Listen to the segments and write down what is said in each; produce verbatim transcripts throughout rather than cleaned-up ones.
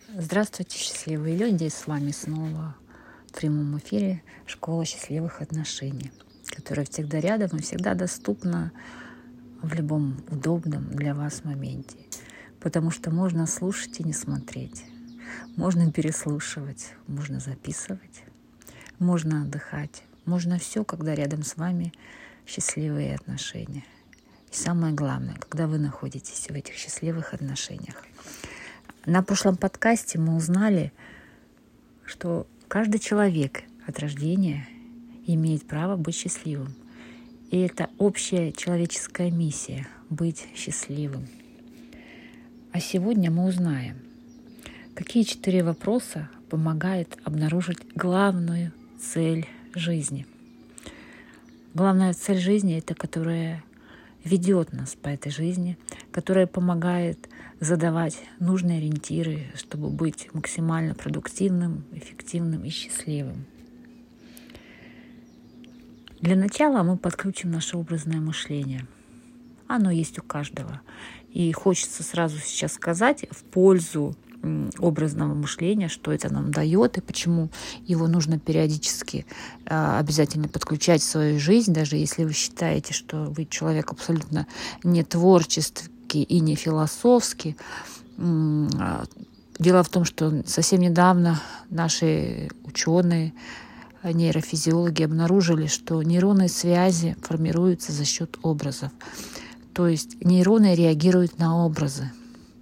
Здравствуйте, счастливые люди! С вами снова в прямом эфире Школа счастливых отношений, которая всегда рядом и всегда доступна в любом удобном для вас моменте. Потому что можно слушать и не смотреть, можно переслушивать, можно записывать, можно отдыхать, можно все, когда рядом с вами счастливые отношения. И самое главное, когда вы находитесь в этих счастливых отношениях. На прошлом подкасте мы узнали, что каждый человек от рождения имеет право быть счастливым. И это общая человеческая миссия — быть счастливым. А сегодня мы узнаем, какие четыре вопроса помогают обнаружить главную цель жизни. Главная цель жизни — это которая ведет нас по этой жизни, которая помогает задавать нужные ориентиры, чтобы быть максимально продуктивным, эффективным и счастливым. Для начала мы подключим наше образное мышление. Оно есть у каждого. И хочется сразу сейчас сказать в пользу образного мышления, что это нам дает и почему его нужно периодически э, обязательно подключать в свою жизнь, даже если вы считаете, что вы человек абсолютно не творческий и не философский. Дело в том, что совсем недавно наши ученые, нейрофизиологи обнаружили, что нейронные связи формируются за счет образов. То есть нейроны реагируют на образы.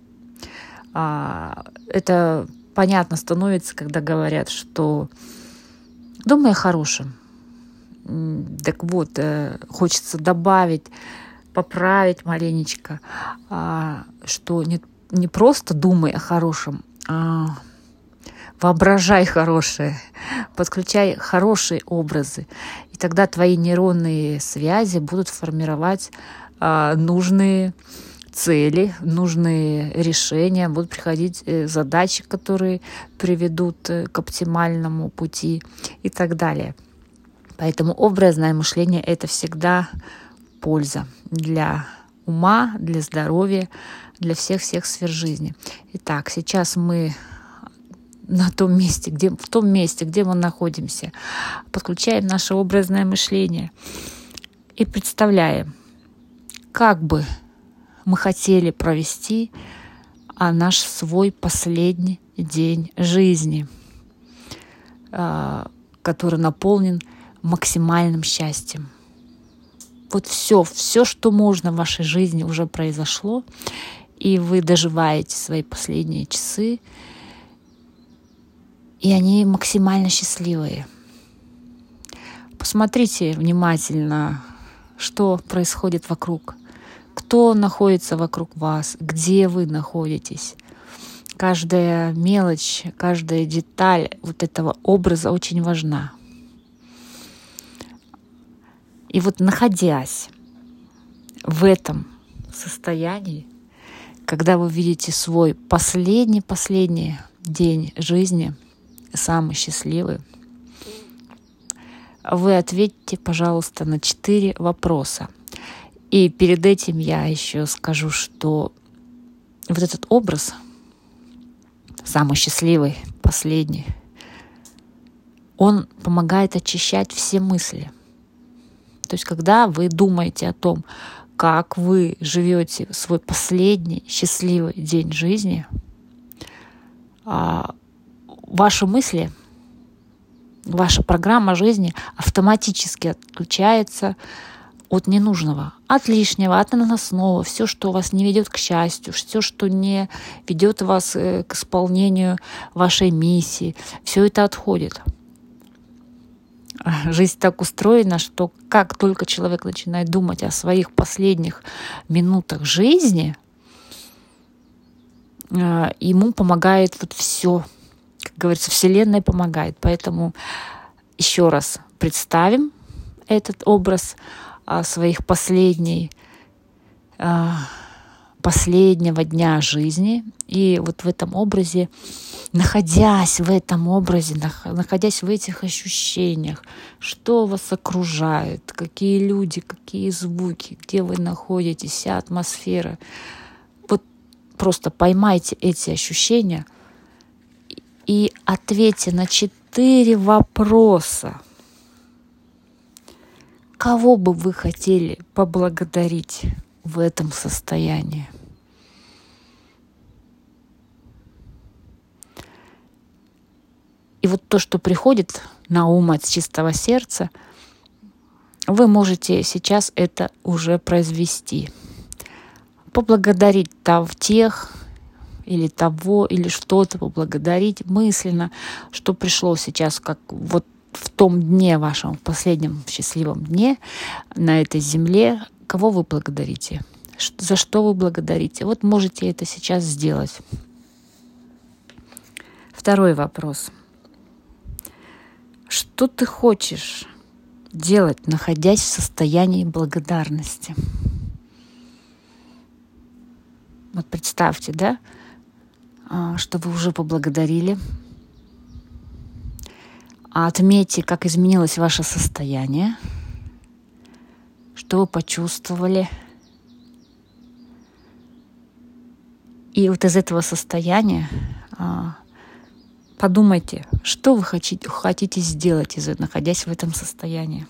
Это понятно становится, когда говорят, что думай о хорошем. Так вот, хочется добавить, поправить маленечко, что не, не просто думай о хорошем, а воображай хорошее, подключай хорошие образы. И тогда твои нейронные связи будут формировать нужные цели, нужные решения, будут приходить задачи, которые приведут к оптимальному пути и так далее. Поэтому образное мышление — это всегда польза для ума, для здоровья, для всех-всех сфер жизни. Итак, сейчас мы на том месте, где, в том месте, где мы находимся, подключаем наше образное мышление и представляем, как бы мы хотели провести а наш свой последний день жизни, который наполнен максимальным счастьем. Вот все, все, что можно в вашей жизни, уже произошло, и вы доживаете свои последние часы, и они максимально счастливые. Посмотрите внимательно, что происходит вокруг. Кто находится вокруг вас, где вы находитесь. Каждая мелочь, каждая деталь вот этого образа очень важна. И вот находясь в этом состоянии, когда вы видите свой последний-последний день жизни, самый счастливый, вы ответьте, пожалуйста, на четыре вопроса. И перед этим я еще скажу, что вот этот образ, самый счастливый, последний, он помогает очищать все мысли. То есть, когда вы думаете о том, как вы живете свой последний счастливый день жизни, ваши мысли, ваша программа жизни автоматически отключается от ненужного, от лишнего, от наносного, все, что вас не ведет к счастью, все, что не ведет вас к исполнению вашей миссии, все это отходит. Жизнь так устроена, что как только человек начинает думать о своих последних минутах жизни, ему помогает вот все. Как говорится, Вселенная помогает. Поэтому еще раз представим этот образ своих последней, последнего дня жизни. И вот в этом образе, находясь в этом образе, находясь в этих ощущениях, что вас окружает, какие люди, какие звуки, где вы находитесь, вся атмосфера. Вот просто поймайте эти ощущения и ответьте на четыре вопроса. Кого бы вы хотели поблагодарить в этом состоянии? И вот то, что приходит на ум от чистого сердца, вы можете сейчас это уже произвести. Поблагодарить там тех, или того, или что-то, поблагодарить мысленно, что пришло сейчас, как вот в том дне вашем, в последнем счастливом дне на этой земле, кого вы благодарите, за что вы благодарите. Вот можете это сейчас сделать. Второй вопрос. Что ты хочешь делать, находясь в состоянии благодарности? Вот представьте, да, что вы уже поблагодарили. Отметьте, как изменилось ваше состояние, что вы почувствовали. И вот из этого состояния подумайте, что вы хотите, хотите сделать, находясь в этом состоянии.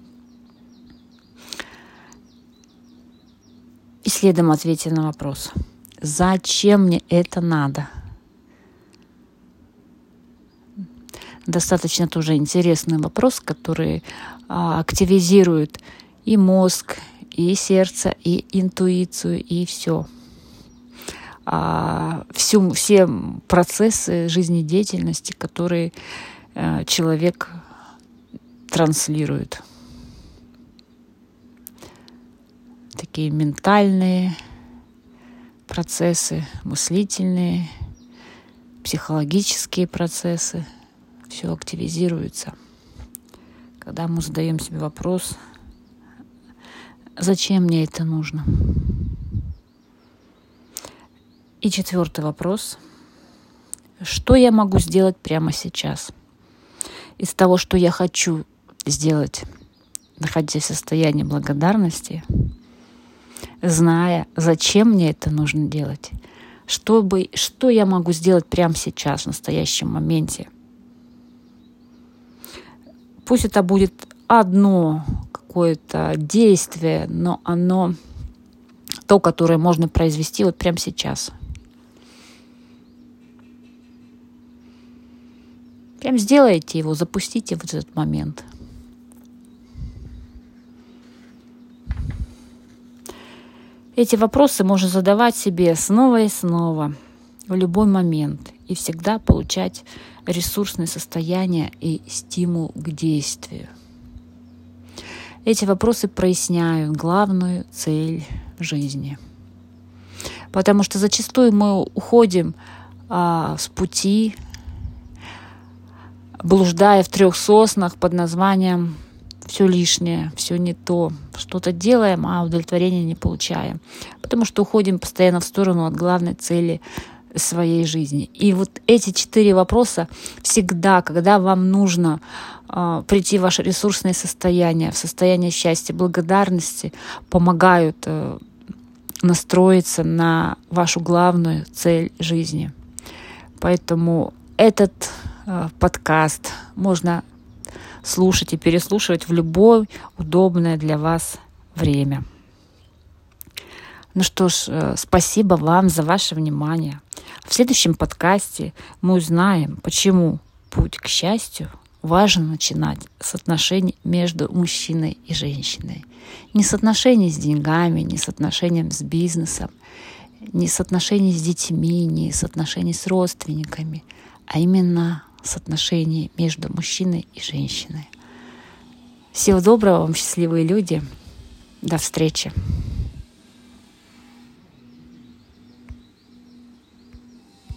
И следом ответьте на вопрос. Зачем мне это надо? Достаточно тоже интересный вопрос, который а, активизирует и мозг, и сердце, и интуицию, и все. А, всю, все процессы жизнедеятельности, которые а, человек транслирует. Такие ментальные процессы, мыслительные, психологические процессы. Все активизируется. Когда мы задаем себе вопрос, зачем мне это нужно? И четвертый вопрос. Что я могу сделать прямо сейчас? Из того, что я хочу сделать, находясь в состоянии благодарности, зная, зачем мне это нужно делать, чтобы, что я могу сделать прямо сейчас, в настоящем моменте. Пусть это будет одно какое-то действие, но оно то, которое можно произвести вот прямо сейчас. Прям сделайте его, запустите вот этот момент. Эти вопросы можно задавать себе снова и снова, в любой момент, и всегда получать ресурсное состояние и стимул к действию. Эти вопросы проясняют главную цель жизни. Потому что зачастую мы уходим а, с пути, блуждая в трех соснах под названием «все лишнее, все не то». Что-то делаем, а удовлетворения не получаем. Потому что уходим постоянно в сторону от главной цели своей жизни. И вот эти четыре вопроса всегда, когда вам нужно э, прийти в ваше ресурсное состояние, в состояние счастья, благодарности, помогают э, настроиться на вашу главную цель жизни. Поэтому этот э, подкаст можно слушать и переслушивать в любое удобное для вас время. Ну что ж, спасибо вам за ваше внимание. В следующем подкасте мы узнаем, почему путь к счастью важно начинать с отношений между мужчиной и женщиной. Не с отношений с деньгами, не с отношением с бизнесом, не с отношений с детьми, не с отношений с родственниками, а именно с отношений между мужчиной и женщиной. Всего доброго вам, счастливые люди. До встречи.